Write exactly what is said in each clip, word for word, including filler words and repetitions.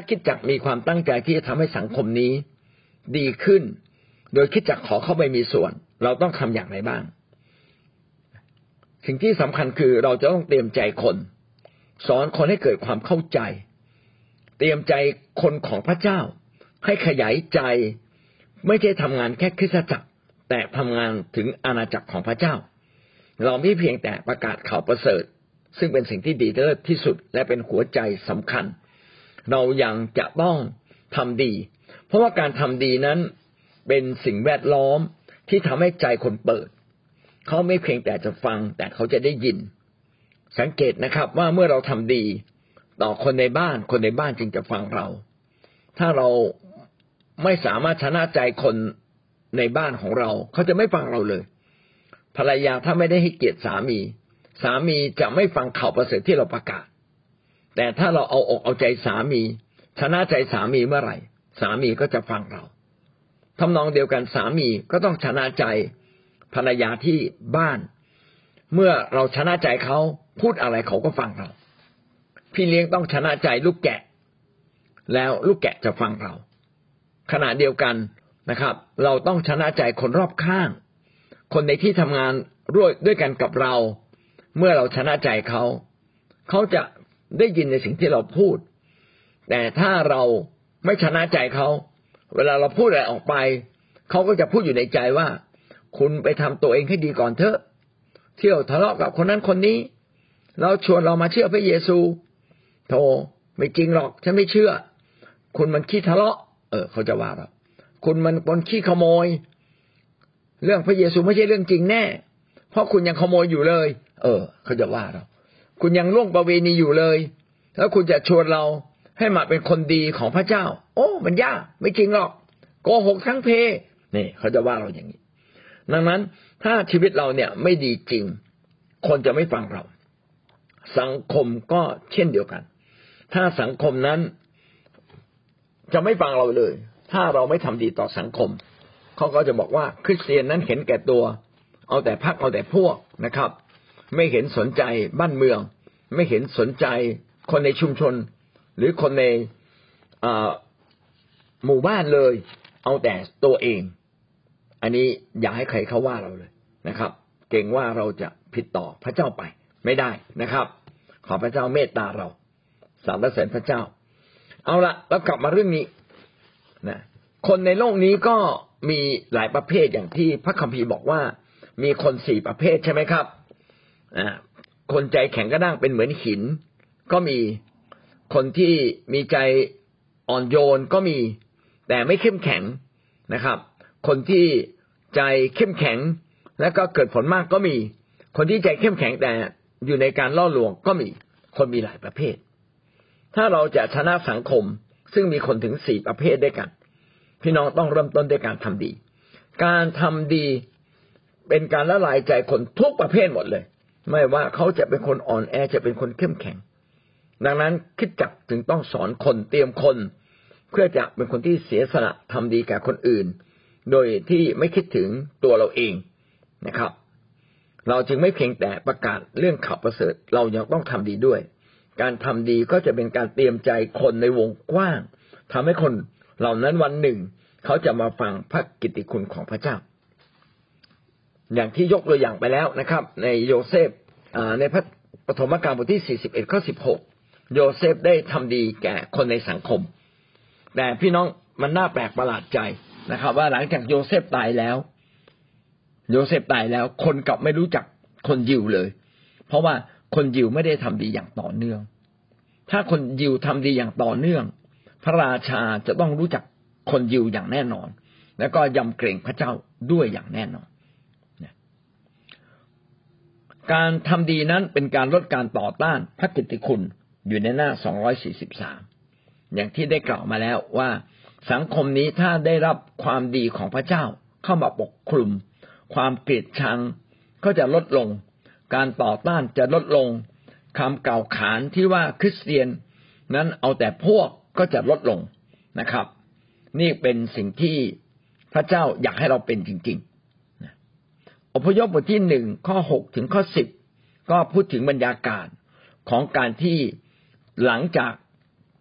คริสตจักรมีความตั้งใจที่จะทำให้สังคมนี้ดีขึ้นโดยคริสตจักรขอเข้าไปมีส่วนเราต้องทำอย่างไรบ้างสิ่งที่สำคัญคือเราจะต้องเตรียมใจคนสอนคนให้เกิดความเข้าใจเตรียมใจคนของพระเจ้าให้ขยายใจไม่ใช่ทำงานแค่คริสตจักรแต่ทำงานถึงอาณาจักรของพระเจ้าเราไม่เพียงแต่ประกาศข่าวประเสริฐซึ่งเป็นสิ่งที่ดีเลิศที่สุดและเป็นหัวใจสำคัญเรายังจะต้องทำดีเพราะว่าการทำดีนั้นเป็นสิ่งแวดล้อมที่ทำให้ใจคนเปิดเขาไม่เพียงแต่จะฟังแต่เขาจะได้ยินสังเกตนะครับว่าเมื่อเราทำดีต่อคนในบ้านคนในบ้านจึงจะฟังเราถ้าเราไม่สามารถชนะใจคนในบ้านของเราเขาจะไม่ฟังเราเลยภรรยาถ้าไม่ได้ให้เกียรติสามีสามีจะไม่ฟังข่าวประเสริฐที่เราประกาศแต่ถ้าเราเอาอกเอาใจสามีชนะใจสามีเมื่อไหร่สามีก็จะฟังเราทำนองเดียวกันสามีก็ต้องชนะใจภรรยาที่บ้านเมื่อเราชนะใจเขาพูดอะไรเขาก็ฟังเราพี่เลี้ยงต้องชนะใจลูกแกะแล้วลูกแกะจะฟังเราขณะเดียวกันนะครับเราต้องชนะใจคนรอบข้างคนในที่ทำงานร่วมด้วยกันกับเราเมื่อเราชนะใจเขาเขาจะได้ยินในสิ่งที่เราพูดแต่ถ้าเราไม่ชนะใจเขาเวลาเราพูดอะไรออกไปเขาก็จะพูดอยู่ในใจว่าคุณไปทำตัวเองให้ดีก่อนเถอะเที่ยวทะเลาะกับคนนั้นคนนี้เราชวนเรามาเชื่อพระเยซูโธ่ไม่จริงหรอกฉันไม่เชื่อคุณมันขี้ทะเลาะเออเขาจะว่าเราคุณมันคนขี้ขโมยเรื่องพระเยซูไม่ใช่เรื่องจริงแน่เพราะคุณยังขโมยอยู่เลยเออเขาจะว่าเราคุณยังล่วงประเวณีอยู่เลยแล้วคุณจะชวนเราให้มาเป็นคนดีของพระเจ้าโอ้มันยากไม่จริงหรอกโกหกทั้งเพนี่เขาจะว่าเราอย่างนี้ดังนั้นถ้าชีวิตเราเนี่ยไม่ดีจริงคนจะไม่ฟังเราสังคมก็เช่นเดียวกันถ้าสังคมนั้นจะไม่ฟังเราเลยถ้าเราไม่ทำดีต่อสังคมเขาก็จะบอกว่าคริสเตียนนั้นเห็นแก่ตัวเอาแต่พรรคเอาแต่พวกนะครับไม่เห็นสนใจบ้านเมืองไม่เห็นสนใจคนในชุมชนหรือคนในหมู่บ้านเลยเอาแต่ตัวเองอันนี้อย่าให้ใครเขาว่าเราเลยนะครับเก่งว่าเราจะผิดต่อพระเจ้าไปไม่ได้นะครับขอพระเจ้าเมตตาเราสรรเสริญพระเจ้าเอาละแล้วกลับมาเรื่องนี้นะคนในโลกนี้ก็มีหลายประเภทอย่างที่พระคัมภีร์บอกว่ามีคนสี่ประเภทใช่ไหมครับอ่าคนใจแข็งกระด้างเป็นเหมือนหินก็มีคนที่มีใจอ่อนโยนก็มีแต่ไม่เข้มแข็งนะครับคนที่ใจเข้มแข็งแล้วก็เกิดผลมากก็มีคนที่ใจเข้มแข็งแต่อยู่ในการล่อลวงก็มีคนมีหลายประเภทถ้าเราจะชนะสังคมซึ่งมีคนถึงสี่ประเภทด้วยกันพี่น้องต้องเริ่มต้นด้วยการทำดีการทำดีเป็นการละลายใจคนทุกประเภทหมดเลยไม่ว่าเขาจะเป็นคนอ่อนแอจะเป็นคนเข้มแข็งดังนั้นคริสตจักรจึงต้องสอนคนเตรียมคนเพื่อจะเป็นคนที่เสียสละทำดีแก่คนอื่นโดยที่ไม่คิดถึงตัวเราเองนะครับเราจึงไม่เพียงแต่ประกาศเรื่องข่าวประเสริฐเรายังต้องทำดีด้วยการทำดีก็จะเป็นการเตรียมใจคนในวงกว้างทำให้คนเหล่านั้นวันหนึ่งเขาจะมาฟังพระกิตติคุณของพระเจ้าอย่างที่ยกตัวอย่างไปแล้วนะครับในโยเซฟในพระปฐมกาลบทที่สี่สิบเอ็ดข้อสิบหกโยเซฟได้ทำดีแก่คนในสังคมแต่พี่น้องมันน่าแปลกประหลาดใจนะครับว่าหลังจากโยเซฟตายแล้วโยเซฟตายแล้วคนกลับไม่รู้จักคนยิวเลยเพราะว่าคนยิวไม่ได้ทำดีอย่างต่อเนื่องถ้าคนยิวทำดีอย่างต่อเนื่องพระราชาจะต้องรู้จักคนยิวอย่างแน่นอนแล้วก็ยำเกรงพระเจ้าด้วยอย่างแน่นอนการทำดีนั้นเป็นการลดการต่อต้านพระกิตติคุณอยู่ในหน้าสองร้อยสี่สิบสามอย่างที่ได้กล่าวมาแล้วว่าสังคมนี้ถ้าได้รับความดีของพระเจ้าเข้ามาปกคลุมความเกลียดชังก็จะลดลงการต่อต้านจะลดลงคำกล่าวขานที่ว่าคริสเตียนนั้นเอาแต่พวกก็จะลดลงนะครับนี่เป็นสิ่งที่พระเจ้าอยากให้เราเป็นจริงๆอพยพบทที่หนึ่งข้อหกถึงข้อสิบก็พูดถึงบรรยากาศของการที่หลังจาก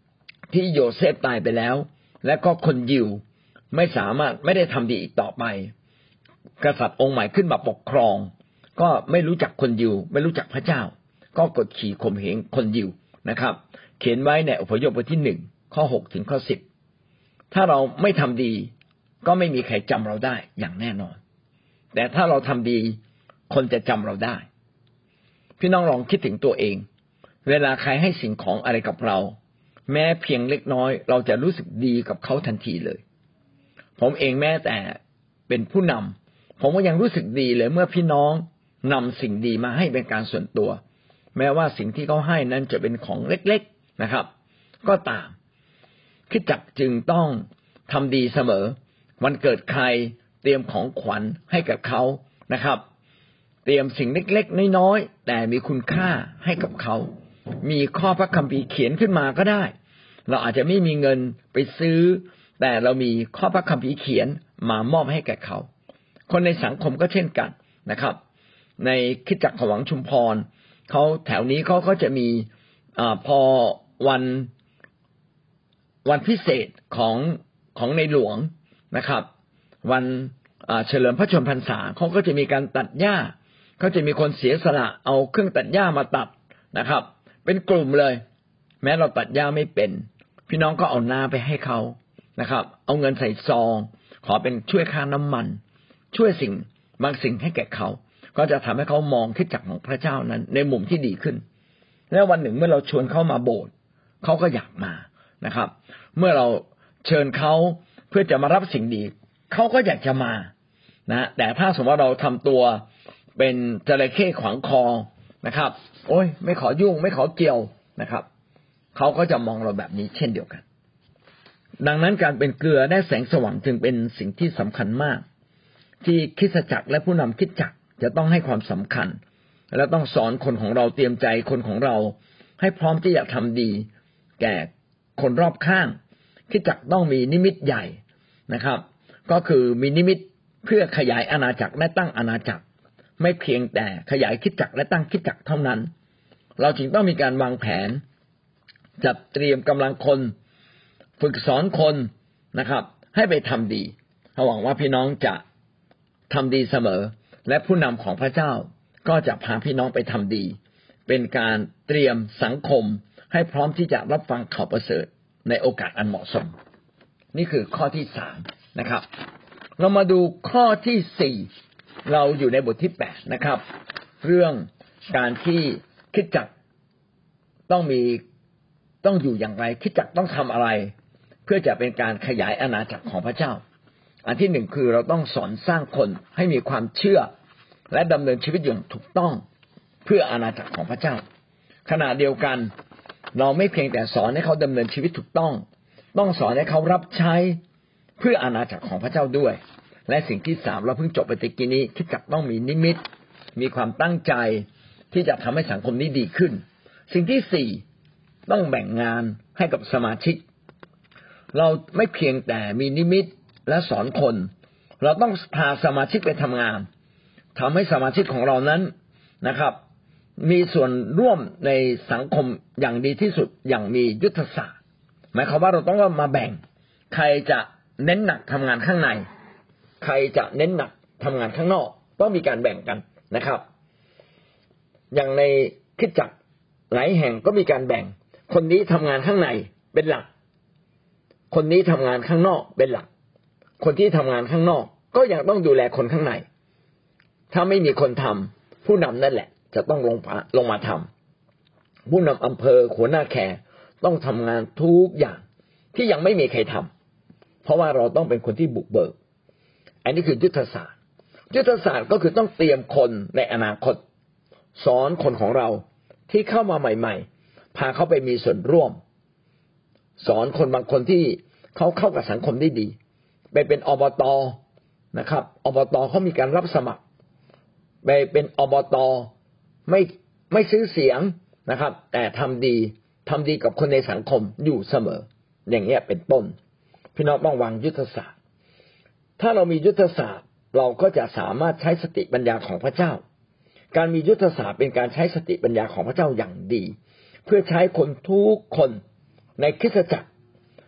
ที่โยเซฟตายไปแล้วและก็คนยิวไม่สามารถไม่ได้ทำดีอีกต่อไปกษัตริย์องค์ใหม่ขึ้นมาปกครองก็ไม่รู้จักคนยิวไม่รู้จักพระเจ้าก็กดขี่ข่มเหงคนยิวนะครับเขียนไว้ในอพยพบทที่หนึ่งข้อหกถึงข้อสิบถ้าเราไม่ทำดีก็ไม่มีใครจำเราได้อย่างแน่นอนแต่ถ้าเราทำดีคนจะจำเราได้พี่น้องลองคิดถึงตัวเองเวลาใครให้สิ่งของอะไรกับเราแม้เพียงเล็กน้อยเราจะรู้สึกดีกับเขาทันทีเลยผมเองแม้แต่เป็นผู้นำผมก็ยังรู้สึกดีเลยเมื่อพี่น้องนำสิ่งดีมาให้เป็นการส่วนตัวแม้ว่าสิ่งที่เขาให้นั้นจะเป็นของเล็กๆนะครับก็ตามคริสตจักรจึงต้องทำดีเสมอวันเกิดใครเตรียมของขวัญให้กับเขานะครับเตรียมสิ่งเล็กๆน้อยๆแต่มีคุณค่าให้กับเขามีข้อพระคัมภีร์เขียนขึ้นมาก็ได้เราอาจจะไม่มีเงินไปซื้อแต่เรามีข้อพระคัมภีร์เขียนมามอบให้แก่เขาคนในสังคมก็เช่นกันนะครับในคริสตจักรขวังชุมพรเขาแถวนี้เขาก็จะมีอ่าพอวันวันพิเศษของของในหลวงนะครับวันเฉลิมพระชนมพรรษาเขาก็จะมีการตัดหญ้าเขาจะมีคนเสียสละเอาเครื่องตัดหญ้ามาตัดนะครับเป็นกลุ่มเลยแม้เราตัดหญ้าไม่เป็นพี่น้องก็เอาน้ำไปให้เขานะครับเอาเงินใส่ซองขอเป็นช่วยค่าน้ำมันช่วยสิ่งบางสิ่งให้แก่เขาก็จะทำให้เขามองคริสตจักรของพระเจ้านั้นในมุมที่ดีขึ้นแล้ววันหนึ่งเมื่อเราชวนเขามาโบสถ์เขาก็อยากมานะครับเมื่อเราเชิญเขาเพื่อจะมารับสิ่งดีเขาก็อยากจะมานะแต่ถ้าสมมติว่าเราทำตัวเป็นจระเข้ขวางคอนะครับโอ้ยไม่ขอยุ่งไม่ขอเกี่ยวนะครับเขาก็จะมองเราแบบนี้เช่นเดียวกันดังนั้นการเป็นเกลือและแสงสว่างจึงเป็นสิ่งที่สำคัญมากที่คริสตจักรและผู้นำคริสตจักรจะต้องให้ความสำคัญและต้องสอนคนของเราเตรียมใจคนของเราให้พร้อมที่จะทำดีแก่คนรอบข้างคริสตจักรต้องมีนิมิตใหญ่นะครับก็คือมีนิมิตเพื่อขยายอาณาจักรและตั้งอาณาจักรไม่เพียงแต่ขยายคริสตจักรและตั้งคริสตจักรเท่านั้นเราจึงต้องมีการวางแผนจัดเตรียมกำลังคนฝึกสอนคนนะครับให้ไปทำดีหวังว่าพี่น้องจะทำดีเสมอและผู้นำของพระเจ้าก็จะพาพี่น้องไปทำดีเป็นการเตรียมสังคมให้พร้อมที่จะรับฟังข่าวประเสริฐในโอกาสอันเหมาะสมนี่คือข้อที่สามนะครับเรามาดูข้อที่สี่เราอยู่ในบทที่แปดนะครับเรื่องการที่คริสตจักรต้องมีต้องอยู่อย่างไรคริสตจักรต้องทำอะไรเพื่อจะเป็นการขยายอาณาจักรของพระเจ้าอันที่หนึ่งคือเราต้องสอนสร้างคนให้มีความเชื่อและดำเนินชีวิตอย่างถูกต้องเพื่ออาณาจักรของพระเจ้าขณะเดียวกันเราไม่เพียงแต่สอนให้เขาดำเนินชีวิตถูกต้องต้องสอนให้เขารับใช้เพื่ออาณาจักรของพระเจ้าด้วยและสิ่งที่สามเราเพิ่งจบไปตะกี้นี้คริสตจักรต้องมีนิมิตมีความตั้งใจที่จะทำให้สังคมนี้ดีขึ้นสิ่งที่สี่ต้องแบ่งงานให้กับสมาชิกเราไม่เพียงแต่มีนิมิตและสอนคนเราต้องพาสมาชิกไปทำงานทำให้สมาชิกของเรานั้นนะครับมีส่วนร่วมในสังคมอย่างดีที่สุดอย่างมียุทธศาสตร์หมายความว่าเราต้องมาแบ่งใครจะเน้นหนักทำงานข้างในใครจะเน้นหนักทำงานข้างนอกต้องมีการแบ่งกันนะครับอย่างในคริสตจักรหลายแห่งก็มีการแบ่งคนนี้ทำงานข้างในเป็นหลักคนนี้ทำงานข้างนอกเป็นหลักคนที่ทำงานข้างนอกก็ยังต้องดูแลคนข้างในถ้าไม่มีคนทำผู้นำนั่นแหละจะต้องลงลงมาทำผู้นำอำเภอหัวหน้าแขกต้องทำงานทุกอย่างที่ยังไม่มีใครทำเพราะว่าเราต้องเป็นคนที่บุกเบิกอันนี้คือยุทธศาสตร์ยุทธศาสตร์ก็คือต้องเตรียมคนในอนาคตสอนคนของเราที่เข้ามาใหม่ๆพาเขาไปมีส่วนร่วมสอนคนบางคนที่เขาเข้ากับสังคมได้ดีไปเป็นอบต.นะครับอบต.เขามีการรับสมัครไปเป็นอบต.ไม่ไม่ซื้อเสียงนะครับแต่ทำดีทำดีกับคนในสังคมอยู่เสมออย่างเงี้ยเป็นต้นพี่น้องต้องวางยุทธศาสตร์ถ้าเรามียุทธศาสตร์เราก็จะสามารถใช้สติปัญญาของพระเจ้าการมียุทธศาสตร์เป็นการใช้สติปัญญาของพระเจ้าอย่างดีเพื่อใช้คนทุกคนในคริสตจักร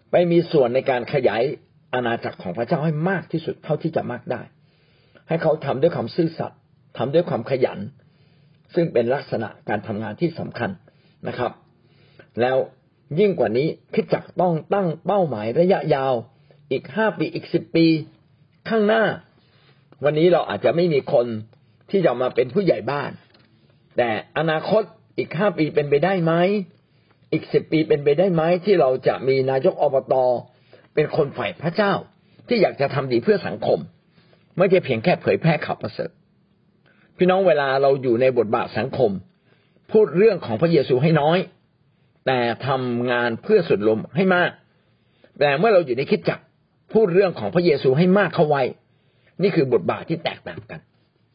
ไปมีส่วนในการขยายอาณาจักรของพระเจ้าให้มากที่สุดเท่าที่จะมากได้ให้เขาทำด้วยความซื่อสัตย์ทำด้วยความขยันซึ่งเป็นลักษณะการทำงานที่สำคัญนะครับแล้วยิ่งกว่านี้คริสตจักรต้องตั้งเป้าหมายระยะยาวอีกห้าปีอีกสิบปีข้างหน้าวันนี้เราอาจจะไม่มีคนที่จะมาเป็นผู้ใหญ่บ้านแต่อนาคตอีกห้าปีเป็นไปได้ไหมอีกสิบปีเป็นไปได้ไหมที่เราจะมีนายกอบต.เป็นคนฝ่ายพระเจ้าที่อยากจะทำดีเพื่อสังคมไม่ใช่เพียงแค่เผยแพร่ข่าวประเสริฐพี่น้องเวลาเราอยู่ในบทบาทสังคมพูดเรื่องของพระเยซูให้น้อยแต่ทำงานเพื่อส่วนรวมให้มากแต่เมื่อเราอยู่ในคริสตจักรพูดเรื่องของพระเยซูให้มากเข้าไว้นี่คือบทบาทที่แตกต่างกัน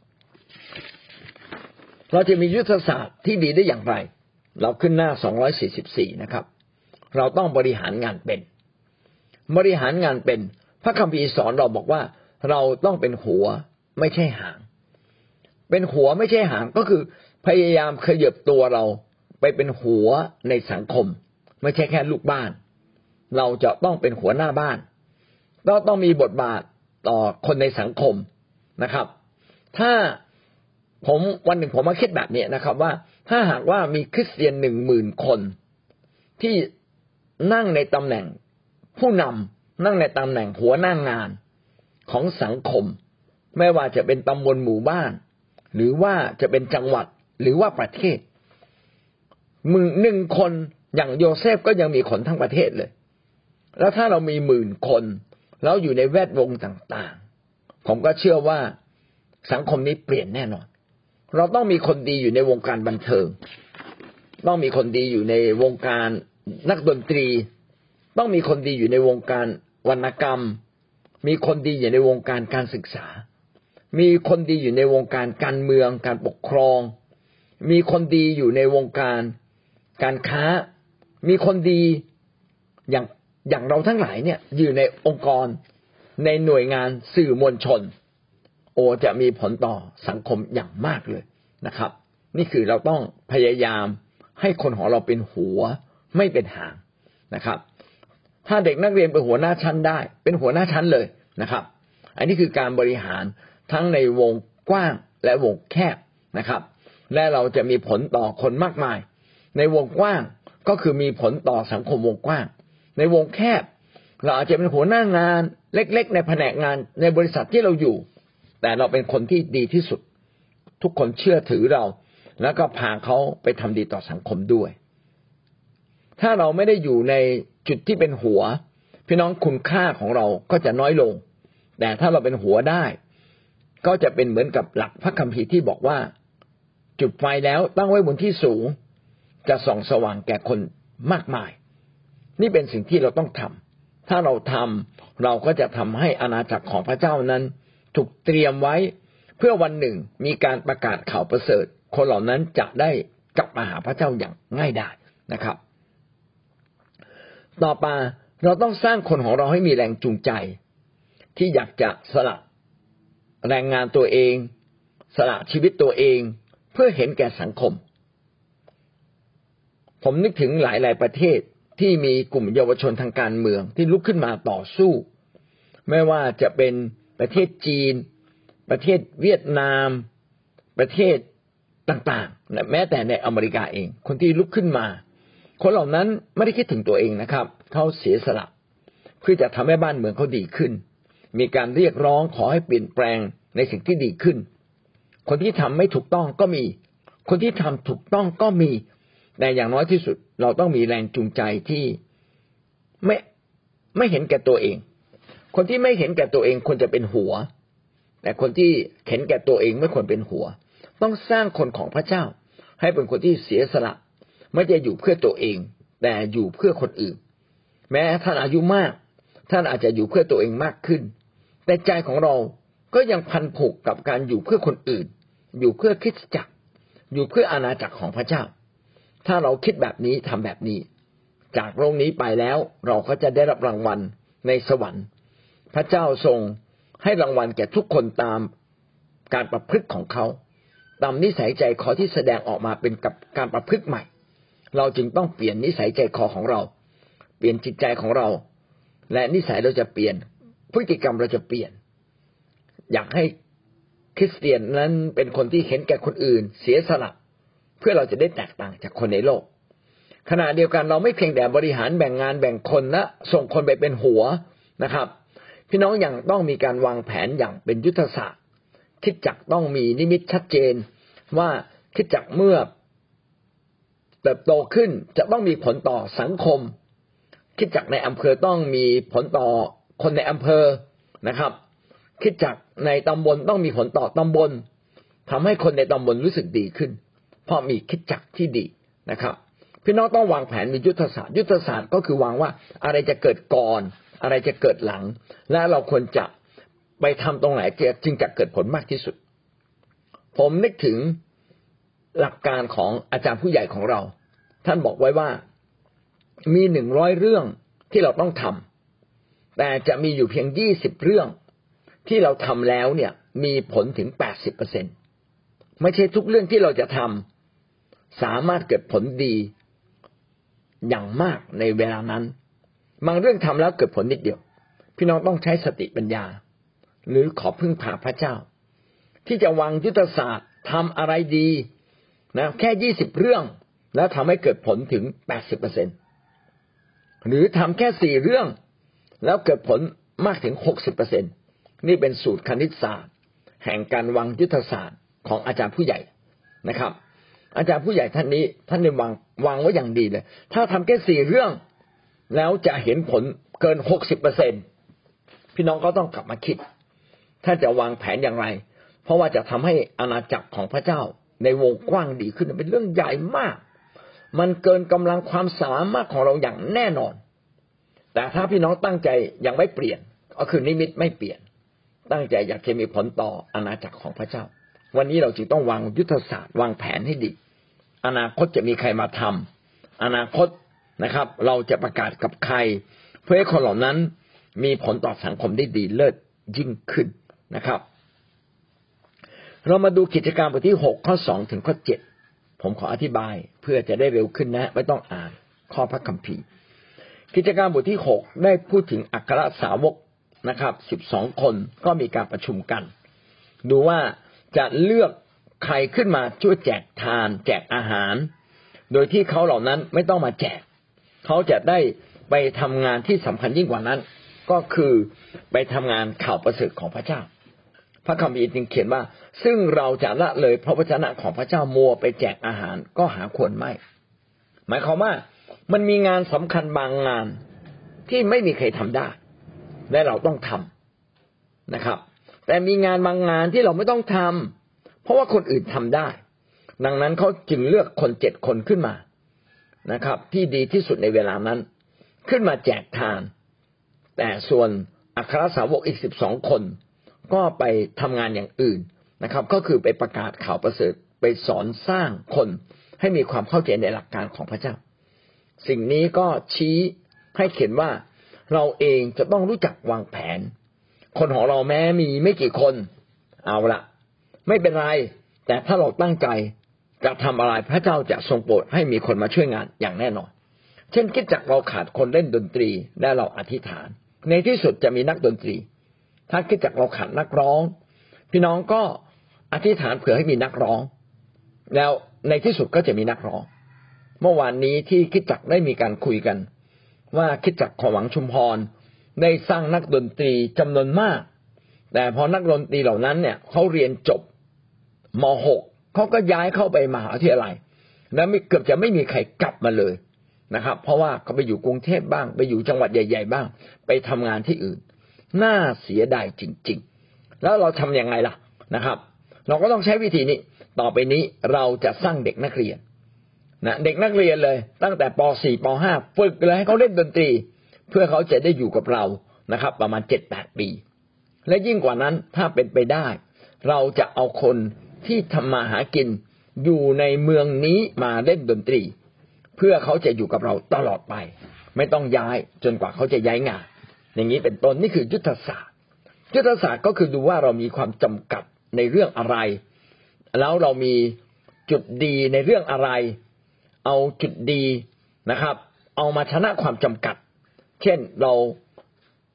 เราจะมียุทธศาสตร์ที่ดีได้อย่างไรเราขึ้นหน้าสองร้อยสี่สิบสี่นะครับเราต้องบริหารงานเป็นบริหารงานเป็นพระคัมภีร์สอนเราบอกว่าเราต้องเป็นหัวไม่ใช่หางเป็นหัวไม่ใช่หางก็คือพยายามขยับตัวเราไปเป็นหัวในสังคมไม่ใช่แค่ลูกบ้านเราจะต้องเป็นหัวหน้าบ้านเราต้องมีบทบาทต่อคนในสังคมนะครับถ้าผมวันหนึ่งผมมาคิดแบบนี้นะครับว่าถ้าหากว่ามีคริสเตียนหนึ่งหมื่นคนที่นั่งในตำแหน่งผู้นำนั่งในตำแหน่งหัวหน้างานของสังคมไม่ว่าจะเป็นตำบลหมู่บ้านหรือว่าจะเป็นจังหวัดหรือว่าประเทศมึงหนึ่งคนอย่างโยเซฟก็ยังมีคนทั้งประเทศเลยแล้วถ้าเรามีหมื่นคนแล้วอยู่ในแวดวงต่างๆผมก็เชื่อว่าสังคมนี้เปลี่ยนแน่นอนเราต้องมีคนดีอยู่ในวงการบันเทิงต้องมีคนดีอยู่ในวงการนักดนตรีต้องมีคนดีอยู่ในวงการวรรณกรรมมีคนดีอยู่ในวงการการศึกษามีคนดีอยู่ในวงการการเมืองการปกครองมีคนดีอยู่ในวงการการค้ามีคนดีอย่างอย่างเราทั้งหลายเนี่ยอยู่ในองค์กรในหน่วยงานสื่อมวลชนโอจะมีผลต่อสังคมอย่างมากเลยนะครับนี่คือเราต้องพยายามให้คนของเราเป็นหัวไม่เป็นหางนะครับถ้าเด็กนักเรียนเป็นหัวหน้าชั้นได้เป็นหัวหน้าชั้นเลยนะครับอันนี้คือการบริหารทั้งในวงกว้างและวงแคบนะครับและเราจะมีผลต่อคนมากมายในวงกว้างก็คือมีผลต่อสังคมวงกว้างในวงแคบเราอาจจะเป็นหัวหน้างานเล็กๆในแผนกงานในบริษัทที่เราอยู่แต่เราเป็นคนที่ดีที่สุดทุกคนเชื่อถือเราแล้วก็พาเขาไปทำดีต่อสังคมด้วยถ้าเราไม่ได้อยู่ในจุดที่เป็นหัวพี่น้องคุณค่าของเราก็จะน้อยลงแต่ถ้าเราเป็นหัวได้ก็จะเป็นเหมือนกับหลักพระคัมภีร์ที่บอกว่าจุดไฟแล้วตั้งไว้บนที่สูงจะส่องสว่างแก่คนมากมายนี่เป็นสิ่งที่เราต้องทำถ้าเราทำเราก็จะทำให้อาณาจักรของพระเจ้านั้นถูกเตรียมไว้เพื่อวันหนึ่งมีการประกาศข่าวประเสริฐคนเหล่านั้นจะได้กลับมาหาพระเจ้าอย่างง่ายดายนะครับต่อไปเราต้องสร้างคนของเราให้มีแรงจูงใจที่อยากจะสละแรงงานตัวเองสละชีวิตตัวเองเพื่อเห็นแก่สังคมผมนึกถึงหลายๆประเทศที่มีกลุ่มเยาวชนทางการเมืองที่ลุกขึ้นมาต่อสู้ไม่ว่าจะเป็นประเทศจีนประเทศเวียดนามประเทศต่างๆแม้แต่ในอเมริกาเองคนที่ลุกขึ้นมาคนเหล่านั้นไม่ได้คิดถึงตัวเองนะครับเขาเสียสละเพื่อจะทำให้บ้านเมืองเขาดีขึ้นมีการเรียกร้องขอให้เปลี่ยนแปลงในสิ่งที่ดีขึ้นคนที่ทำไม่ถูกต้องก็มีคนที่ทำถูกต้องก็มีแต่อย่างน้อยที่สุดเราต้องมีแรงจูงใจที่ไม่ไม่เห็นแก่ตัวเองคนที่ไม่เห็นแก่ตัวเองควรจะเป็นหัวแต่คนที่เห็นแก่ตัวเองไม่ควรเป็นหัวต้องสร้างคนของพระเจ้าให้เป็นคนที่เสียสละไม่ได้อยู่เพื่อตัวเองแต่อยู่เพื่อคนอื่นแม้ท่านอายุมากท่านอาจจะอยู่เพื่อตัวเองมากขึ้นแต่ใจของเราก็ยังพันผูกกับการอยู่เพื่อคนอื่นอยู่เพื่อคริสตจักรอยู่เพื่ออาณาจักรของพระเจ้าถ้าเราคิดแบบนี้ทำแบบนี้จากโลกนี้ไปแล้วเราก็จะได้รับรางวัลในสวรรค์พระเจ้าทรงให้รางวัลแก่ทุกคนตามการประพฤติของเขาตามนิสัยใจคอที่แสดงออกมาเป็นกับการประพฤติใหม่เราจึงต้องเปลี่ยนนิสัยใจคอของเราเปลี่ยนจิตใจของเราและนิสัยเราจะเปลี่ยนพฤติกรรมเราจะเปลี่ยนอยากให้คริสเตียนนั้นเป็นคนที่เห็นแก่คนอื่นเสียสละเพื่อเราจะได้แตกต่างจากคนในโลกขณะเดียวกันเราไม่เพียงแต่บริหารแบ่งงานแบ่งคนและส่งคนไปเป็นหัวนะครับพี่น้องยังต้องมีการวางแผนอย่างเป็นยุทธศาสตร์คริสตจักรต้องมีนิมิตชัดเจนว่าคริสตจักรเมื่อเติบโตขึ้นจะต้องมีผลต่อสังคมคริสตจักรในอำเภอต้องมีผลต่อคนในอำเภอนะครับคริสตจักรในตำบลต้องมีผลต่อตำบลทำให้คนในตำบลรู้สึกดีขึ้นเพราะมีคริสตจักรที่ดีนะครับพี่น้องต้องวางแผนมียุทธศาสตร์ยุทธศาสตร์ก็คือวางว่าอะไรจะเกิดก่อนอะไรจะเกิดหลังและเราควรจะไปทำตรงไหนจึงจะเกิดผลมากที่สุดผมนึกถึงหลักการของอาจารย์ผู้ใหญ่ของเราท่านบอกไว้ว่ามีหนึ่งร้อยเรื่องที่เราต้องทำแต่จะมีอยู่เพียงยี่สิบเรื่องที่เราทำแล้วเนี่ยมีผลถึง แปดสิบเปอร์เซ็นต์ ไม่ใช่ทุกเรื่องที่เราจะทำสามารถเกิดผลดีอย่างมากในเวลานั้นบางเรื่องทำแล้วเกิดผลนิดเดียวพี่น้องต้องใช้สติปัญญาหรือขอพึ่งพาพระเจ้าที่จะวางยุทธศาสตร์ทำอะไรดีนะแค่ยี่สิบเรื่องแล้วทำให้เกิดผลถึง แปดสิบเปอร์เซ็นต์ หรือทำแค่สี่เรื่องแล้วเกิดผลมากถึง หกสิบเปอร์เซ็นต์ นี่เป็นสูตรคณิตศาสตร์แห่งการวางยุทธศาสตร์ของอาจารย์ผู้ใหญ่นะครับอาจารย์ผู้ใหญ่ท่านนี้ท่านได้วางวางไว้อย่างดีเลยถ้าทำแค่สี่เรื่องแล้วจะเห็นผลเกิน หกสิบเปอร์เซ็นต์ พี่น้องก็ต้องกลับมาคิดถ้าจะวางแผนอย่างไรเพราะว่าจะทำให้อาณาจักรของพระเจ้าในวงกว้างดีขึ้นเป็นเรื่องใหญ่มากมันเกินกำลังความสามารถของเราอย่างแน่นอนแต่ถ้าพี่น้องตั้งใจยังไม่เปลี่ยนก็คือนิมิตไม่เปลี่ยนตั้งใจอยากจะมีผลต่ออาณาจักรของพระเจ้าวันนี้เราจึงต้องวางยุทธศาสตร์วางแผนให้ดีอนาคตจะมีใครมาทำอนาคตนะครับเราจะประกาศกับใครเพื่อให้คนเหล่านั้นมีผลต่อสังคมได้ดีเลิศยิ่งขึ้นนะครับเรามาดูกิจการบทที่หกข้อสองถึงข้อเจ็ดผมขออธิบายเพื่อจะได้เร็วขึ้นนะไม่ต้องอ่านข้อพระคัมภีร์กิจการบทที่หกได้พูดถึงอัครสาวกนะครับสิบสองคนก็มีการประชุมกันดูว่าจะเลือกใครขึ้นมาช่วยแจกทานแจกอาหารโดยที่เขาเหล่านั้นไม่ต้องมาแจกเขาจะได้ไปทำงานที่สำคัญยิ่งกว่านั้นก็คือไปทำงานข่าวประเสริฐของพระเจ้าพระคัมภีร์จึงเขียนว่าซึ่งเราจะละเลยพระวจนะของพระเจ้ามัวไปแจกอาหารก็หาควรไม่หมายความว่ามันมีงานสำคัญบางงานที่ไม่มีใครทำได้และเราต้องทำนะครับแต่มีงานบางงานที่เราไม่ต้องทำเพราะว่าคนอื่นทำได้ดังนั้นเขาจึงเลือกคนเจ็ดคนขึ้นมานะครับที่ดีที่สุดในเวลานั้นขึ้นมาแจกทานแต่ส่วนอัครสาวกอีกสิบสองคนก็ไปทำงานอย่างอื่นนะครับก็คือไปประกาศข่าวประเสริฐไปสอนสร้างคนให้มีความเข้าใจในหลักการของพระเจ้าสิ่งนี้ก็ชี้ให้เห็นว่าเราเองจะต้องรู้จักวางแผนคนของเราแม้มีไม่กี่คนเอาละไม่เป็นไรแต่ถ้าเราตั้งใจจะทำอะไรพระเจ้าจะทรงโปรดให้มีคนมาช่วยงานอย่างแน่นอนเช่นคิดจักเราขาดคนเล่นดนตรีและเราอธิษฐานในที่สุดจะมีนักดนตรีถ้าคิดจักเราขาดนักร้องพี่น้องก็อธิษฐานเผื่อให้มีนักร้องแล้วในที่สุดก็จะมีนักร้องเมื่อวานนี้ที่คิดจักได้มีการคุยกันว่าคิดจักของหวังชุมพรได้สร้างนักดนตรีจำนวนมากแต่พอนักดนตรีเหล่านั้นเนี่ยเขาเรียนจบม หก เขาก็ย้ายเข้าไปมหาวิทยาลัยและเกือบจะไม่มีใครกลับมาเลยนะครับเพราะว่าเขาไปอยู่กรุงเทพบ้างไปอยู่จังหวัดใหญ่ๆบ้างไปทำงานที่อื่นน่าเสียดายจริงๆแล้วเราทำยังไงล่ะนะครับเราก็ต้องใช้วิธีนี้ต่อไปนี้เราจะสร้างเด็กนักเรียนนะเด็กนักเรียนเลยตั้งแต่ป สี่ ป ห้า ฝึกเลยให้เขาเล่นดนตรีเพื่อเขาจะได้อยู่กับเรานะครับประมาณ เจ็ดแปด ปีและยิ่งกว่านั้นถ้าเป็นไปได้เราจะเอาคนที่ทำมาหากินอยู่ในเมืองนี้มาเล่นดนตรีเพื่อเขาจะอยู่กับเราตลอดไปไม่ต้องย้ายจนกว่าเขาจะย้ายงานอย่างนี้เป็นต้นนี่คือยุทธศาสตร์ยุทธศาสตร์ก็คือดูว่าเรามีความจำกัดในเรื่องอะไรแล้วเรามีจุดดีในเรื่องอะไรเอาจุดดีนะครับเอามาชนะความจำกัดเช่นเรา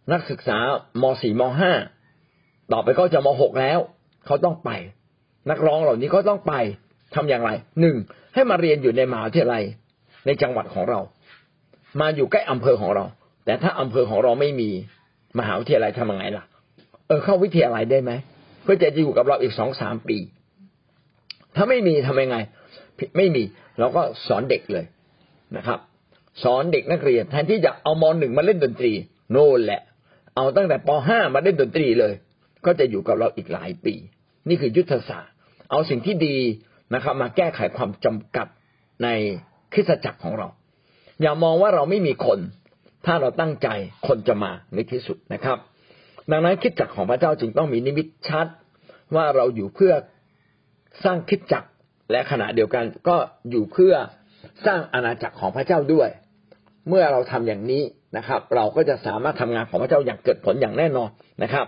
นักศึกษามอสี่ มอห้าต่อไปก็จะมอหกแล้วเขาต้องไปนักร้องเหล่านี้ก็ต้องไปทำอย่างไรหนึ่งให้มาเรียนอยู่ในมหาวิทยาลัยในจังหวัดของเรามาอยู่ใกล้อำเภอของเราแต่ถ้าอำเภอของเราไม่มีมหาวิทยาลัยทำยังไงล่ะเออเข้าวิทยาลัยได้ไหมเพื่อจะอยู่กับเราอีก สองถึงสาม ปีถ้าไม่มีทำยังไงไม่มีเราก็สอนเด็กเลยนะครับสอนเด็กนักเรียนแทนที่จะเอาม.หนึ่ง มาเล่นดนตรีโน่นแหละเอาตั้งแต่ป.ห้า มาเล่นดนตรีเลยก็จะอยู่กับเราอีกหลายปีนี่คือยุทธศาสตร์เอาสิ่งที่ดีนะครับมาแก้ไขความจำกัดในคริสตจักรของเราอย่ามองว่าเราไม่มีคนถ้าเราตั้งใจคนจะมาในที่สุดนะครับดังนั้นคริสตจักรของพระเจ้าจึงต้องมีนิมิตชัดว่าเราอยู่เพื่อสร้างคริสตจักรและขณะเดียวกันก็อยู่เพื่อสร้างอาณาจักรของพระเจ้าด้วยเมื่อเราทำอย่างนี้นะครับเราก็จะสามารถทำงานของพระเจ้าอย่างเกิดผลอย่างแน่นอนนะครับ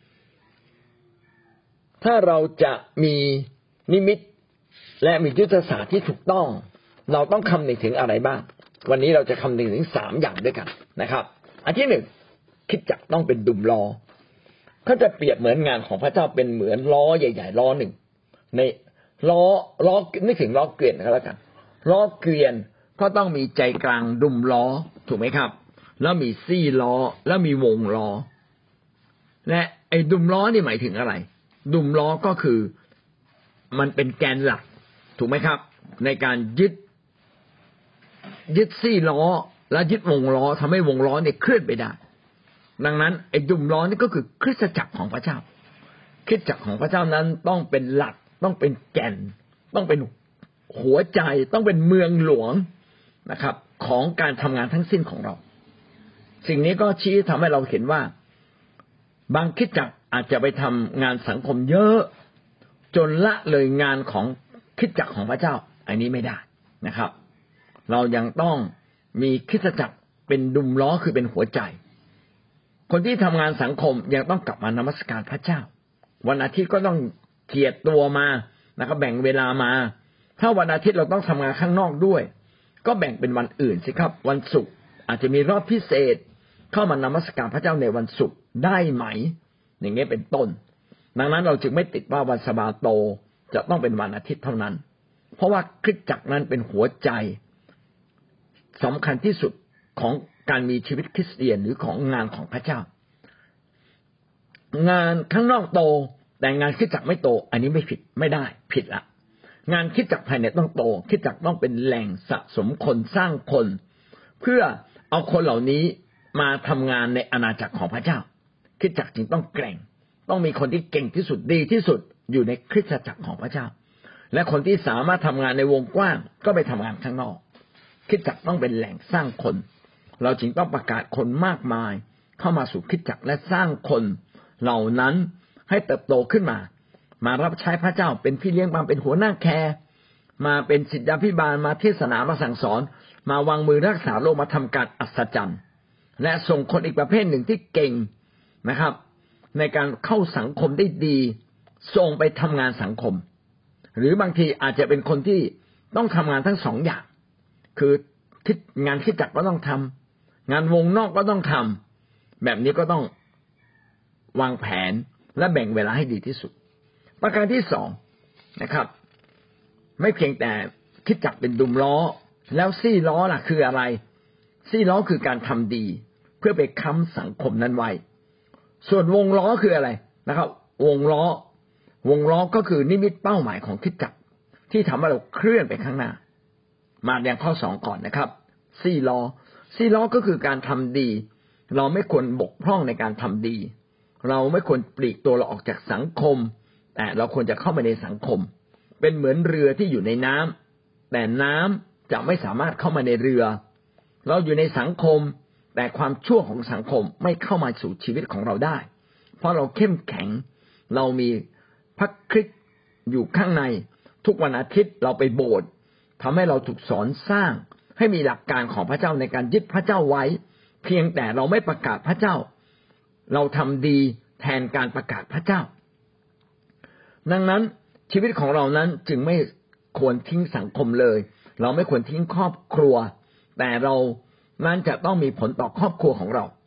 ถ้าเราจะมีนิมิตและมียุทธศาสตร์ที่ถูกต้องเราต้องคำนึงถึงอะไรบ้างวันนี้เราจะคำนึงถึงสามอย่างด้วยกันนะครับอันที่หนึ่งคริสตจักรต้องเป็นดุมล้อถ้าจะเปรียบเหมือนงานของพระเจ้าเป็นเหมือนล้อใหญ่ๆล้อหนึ่งในล้อล้อนึกถึงล้อเกวียนก็แล้วกันล้อเกวียนก็ต้องมีใจกลางดุมล้อถูกไหมครับแล้วมีซี่ล้อแล้วมีวงล้อและไอ้ดุมล้อนี่หมายถึงอะไรดุมล้อก็คือมันเป็นแกนหลักถูกไหมครับในการยึดยึดซี่ล้อและยึดวงล้อทำให้วงล้อเนี่ยเคลื่อนไปได้ดังนั้นไอ้ดุมล้อนี่ก็คือคริสตจักรของพระเจ้าคริสตจักรของพระเจ้านั้นต้องเป็นหลักต้องเป็นแก่นต้องเป็นหัวใจต้องเป็นเมืองหลวงนะครับของการทำงานทั้งสิ้นของเราสิ่งนี้ก็ชี้ทำให้เราเห็นว่าบางคริสตจักรอาจจะไปทำงานสังคมเยอะจนละเลยงานของคริสตจักรของพระเจ้าอันนี้ไม่ได้นะครับเรายังต้องมีคริสตจักรเป็นดุมล้อคือเป็นหัวใจคนที่ทำงานสังคมยังต้องกลับมานมัสการพระเจ้าวันอาทิตย์ก็ต้องเกียรติตัวมานะครับแบ่งเวลามาถ้าวันอาทิตย์เราต้องทำงานข้างนอกด้วยก็แบ่งเป็นวันอื่นสิครับวันศุกร์อาจจะมีรอบพิเศษเข้ามานมัสการพระเจ้าในวันศุกร์ได้ไหมอย่างนี้เป็นต้นดังนั้นเราจึงไม่ติดว่าวันสะบาโตจะต้องเป็นวันอาทิตย์เท่านั้นเพราะว่าคริสตจักรนั้นเป็นหัวใจสำคัญที่สุดของการมีชีวิตคริสเตียนหรือของงานของพระเจ้างานข้างนอกโตแต่งานคริสตจักรไม่โตอันนี้ไม่ผิดไม่ได้ผิดละงานคริสตจักรภายในต้องโตคริสตจักรต้องเป็นแหล่งสะสมคนสร้างคนเพื่อเอาคนเหล่านี้มาทำงานในอาณาจักรของพระเจ้าคริสตจักรจึงต้องแกร่งต้องมีคนที่เก่งที่สุดดีที่สุดอยู่ในคริสตจักรของพระเจ้าและคนที่สามารถทำงานในวงกว้างก็ไปทำงานข้างนอกคริสตจักรต้องเป็นแหล่งสร้างคนเราจึงต้องประกาศคนมากมายเข้ามาสู่คริสตจักรและสร้างคนเหล่านั้นให้เติบโตขึ้นมามารับใช้พระเจ้าเป็นพี่เลี้ยงมาเป็นหัวหน้าแคร์มาเป็นศิษยาภิบาลมาเทศนามาสั่งสอนมาวางมือรักษาโรคมาทำการอัศจรรย์และส่งคนอีกประเภทหนึ่งที่เก่งนะครับในการเข้าสังคมได้ดีส่งไปทำงานสังคมหรือบางทีอาจจะเป็นคนที่ต้องทำงานทั้งสองอย่างคืองานคริสตจักรก็ต้องทำงานวงนอกก็ต้องทำแบบนี้ก็ต้องวางแผนและแบ่งเวลาให้ดีที่สุดประการที่สองนะครับไม่เพียงแต่คริสตจักรเป็นดุมล้อแล้วซี่ล้อล่ะคืออะไรซี่ล้อคือการทำดีเพื่อไปค้ำสังคมนั้นไว้ส่วนวงล้อคืออะไรนะครับวงล้อวงล้อก็คือนิมิตเป้าหมายของคริสตจักรที่ทำให้เราเคลื่อนไปข้างหน้ามาอย่างข้อสองก่อนนะครับซี่ล้อซี่ล้อก็คือการทำดีเราไม่ควรบกพร่องในการทำดีเราไม่ควรปลีกตัวเราออกจากสังคมแต่เราควรจะเข้าไปในสังคมเป็นเหมือนเรือที่อยู่ในน้ำแต่น้ำจะไม่สามารถเข้ามาในเรือเราอยู่ในสังคมแต่ความชั่วของสังคมไม่เข้ามาสู่ชีวิตของเราได้เพราะเราเข้มแข็งเรามีพระคริสต์อยู่ข้างในทุกวันอาทิตย์เราไปโบสถ์ทำให้เราถูกสอนสร้างให้มีหลักการของพระเจ้าในการยึดพระเจ้าไว้เพียงแต่เราไม่ประกาศพระเจ้าเราทำดีแทนการประกาศพระเจ้าดังนั้นชีวิตของเรานั้นจึงไม่ควรทิ้งสังคมเลยเราไม่ควรทิ้งครอบครัวแต่เรานั้นจะต้องมีผลต่อครอบครัวของเรา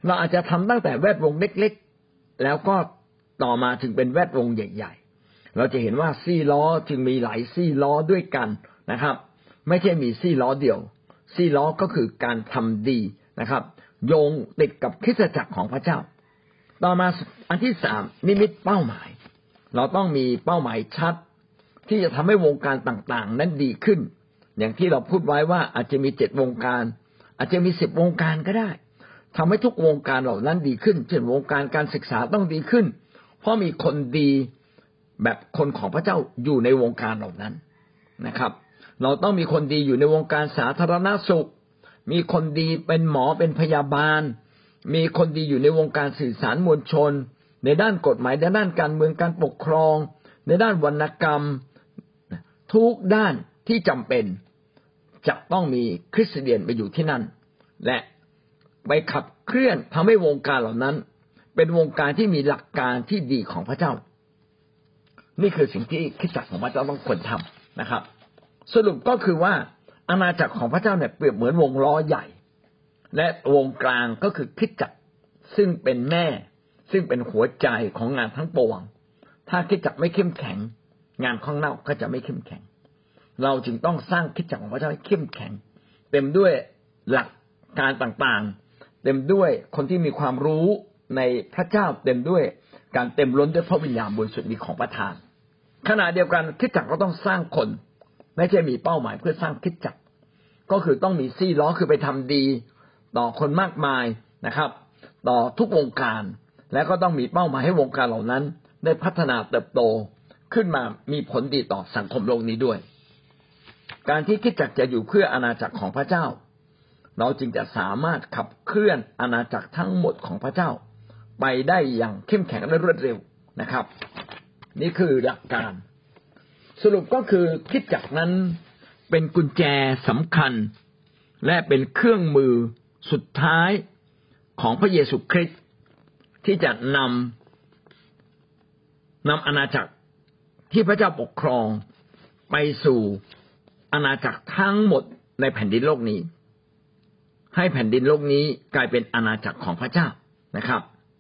เราอาจจะทำตั้งแต่แวดวงเล็กๆแล้วก็ต่อมาถึงเป็นแวดวงใหญ่ๆเราจะเห็นว่าซี่ล้อจึงมีหลายซี่ล้อด้วยกันนะครับไม่ใช่มีซี่ล้อเดียวซี่ล้อก็คือการทำดีนะครับโยงติดกับคริสตจักรของพระเจ้าต่อมาอันที่สามนิมิตเป้าหมายเราต้องมีเป้าหมายชัดที่จะทำให้วงการต่างๆนั้นดีขึ้นอย่างที่เราพูดไว้ว่าอาจจะมีเจ็ดวงการอาจจะมีสิบวงการก็ได้ทำให้ทุกวงการเหล่านั้นดีขึ้นเช่นวงการการศึกษาต้องดีขึ้นเพราะมีคนดีแบบคนของพระเจ้าอยู่ในวงการเหล่านั้นนะครับเราต้องมีคนดีอยู่ในวงการสาธารณสุขมีคนดีเป็นหมอเป็นพยาบาลมีคนดีอยู่ในวงการสื่อสารมวลชนในด้านกฎหมายในด้านการเมืองการปกครองในด้านวรรณกรรมทุกด้านที่จำเป็นจะต้องมีคริสเตียนไปอยู่ที่นั่นและไปขับเคลื่อนทำให้วงการเหล่านั้นเป็นวงการที่มีหลักการที่ดีของพระเจ้านี่คือสิ่งที่คริสตจักรของพระเจ้าต้องควรทำนะครับสรุปก็คือว่าอาณาจักรของพระเจ้าเนี่ยเปรียบเหมือนวงล้อใหญ่และวงกลางก็คือคริสตจักรซึ่งเป็นแม่ซึ่งเป็นหัวใจของงานทั้งปวงถ้าคริสตจักรไม่เข้มแข็งงานข้างนอกก็จะไม่เข้มแข็งเราจึงต้องสร้างคริสตจักรของพระเจ้าให้เข้มแข็งเต็มด้วยหลักการต่างๆเต็มด้วยคนที่มีความรู้ในพระเจ้าเต็มด้วยการเต็มล้นด้วยพระวิญญาณบริสุทธิ์ของประทานขณะเดียวกันคริสตจักรก็ต้องสร้างคนไม่ใช่มีเป้าหมายเพื่อสร้างคริสตจักรก็คือต้องมีซี่ล้อคือไปทำดีต่อคนมากมายนะครับต่อทุกวงการและก็ต้องมีเป้าหมายให้วงการเหล่านั้นได้พัฒนาเติบโตขึ้นมามีผลดีต่อสังคมโลกนี้ด้วยการที่คริสตจักรจะอยู่เพื่ออาณาจักรของพระเจ้าเราจึงจะสามารถขับเคลื่อนอาณาจักรทั้งหมดของพระเจ้าไปได้อย่างเข้มแข็งและรวดเร็วนะครับนี่คือหลักการสรุปก็คือคริสตจักรนั้นเป็นกุญแจสำคัญและเป็นเครื่องมือสุดท้ายของพระเยซูคริสต์ที่จะนำนำอาณาจักรที่พระเจ้าปกครองไปสู่อาณาจักรทั้งหมดในแผ่นดินโลกนี้ให้แผ่นดินโลกนี้กลายเป็นอาณาจักรของพระเจ้านะครับ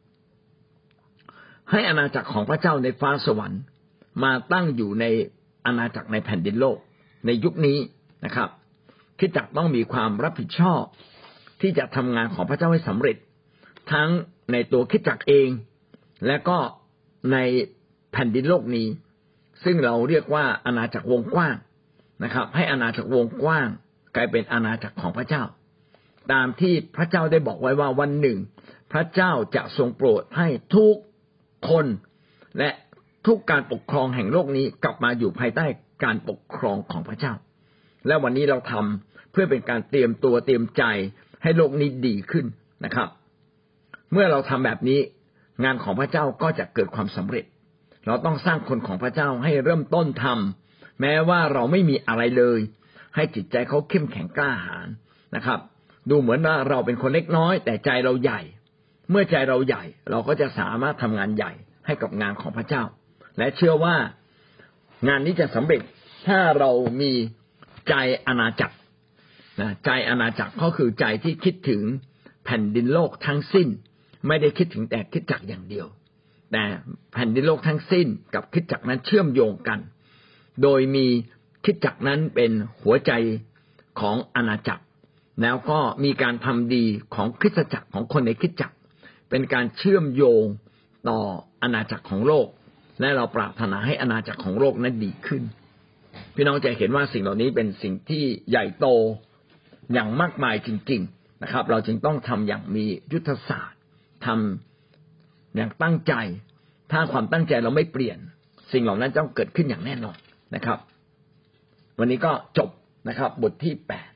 ให้อาณาจักรของพระเจ้าในฟ้าสวรรค์มาตั้งอยู่ในอาณาจักรในแผ่นดินโลกในยุคนี้นะครับคริสตจักรต้องมีความรับผิดชอบที่จะทำงานของพระเจ้าให้สำเร็จทั้งในตัวคริสตจักรเองและก็ในแผ่นดินโลกนี้ซึ่งเราเรียกว่าอาณาจักรวงกว้างนะครับให้อาณาจักรวงกว้างกลายเป็นอาณาจักรของพระเจ้าตามที่พระเจ้าได้บอกไว้ว่าวันหนึ่งพระเจ้าจะทรงโปรดให้ทุกคนและทุกการปกครองแห่งโลกนี้กลับมาอยู่ภายใต้การปกครองของพระเจ้าและวันนี้เราทำเพื่อเป็นการเตรียมตัวเตรียมใจให้โลกนี้ดีขึ้นนะครับเมื่อเราทำแบบนี้งานของพระเจ้าก็จะเกิดความสำเร็จเราต้องสร้างคนของพระเจ้าให้เริ่มต้นทำแม้ว่าเราไม่มีอะไรเลยให้จิตใจเขาเข้มแข็งกล้าหาญนะครับดูเหมือนว่าเราเป็นคนเล็กน้อยแต่ใจเราใหญ่เมื่อใจเราใหญ่เราก็จะสามารถทำงานใหญ่ให้กับงานของพระเจ้าและเชื่อว่างานนี้จะสำเร็จถ้าเรามีใจอาณาจักรนะใจอาณาจักรก็คือใจที่คิดถึงแผ่นดินโลกทั้งสิ้นไม่ได้คิดถึงแต่คริสตจักรอย่างเดียวแต่แผ่นดินโลกทั้งสิ้นกับคริสตจักรนั้นเชื่อมโยงกันโดยมีคริสตจักรนั้นเป็นหัวใจของอาณาจักรแล้วก็มีการทำดีของคริสตจักรของคนในคริสตจักรเป็นการเชื่อมโยงต่ออาณาจักรของโลกและเราปรารถนาให้อาณาจักรของโลกนั้นดีขึ้นพี่น้องจะเห็นว่าสิ่งเหล่านี้เป็นสิ่งที่ใหญ่โตอย่างมากมายจริงๆนะครับเราจึงต้องทำอย่างมียุทธศาสตร์ทำอย่างตั้งใจถ้าความตั้งใจเราไม่เปลี่ยนสิ่งเหล่านั้นต้องเกิดขึ้นอย่างแน่นอนนะครับวันนี้ก็จบนะครับบทที่แปด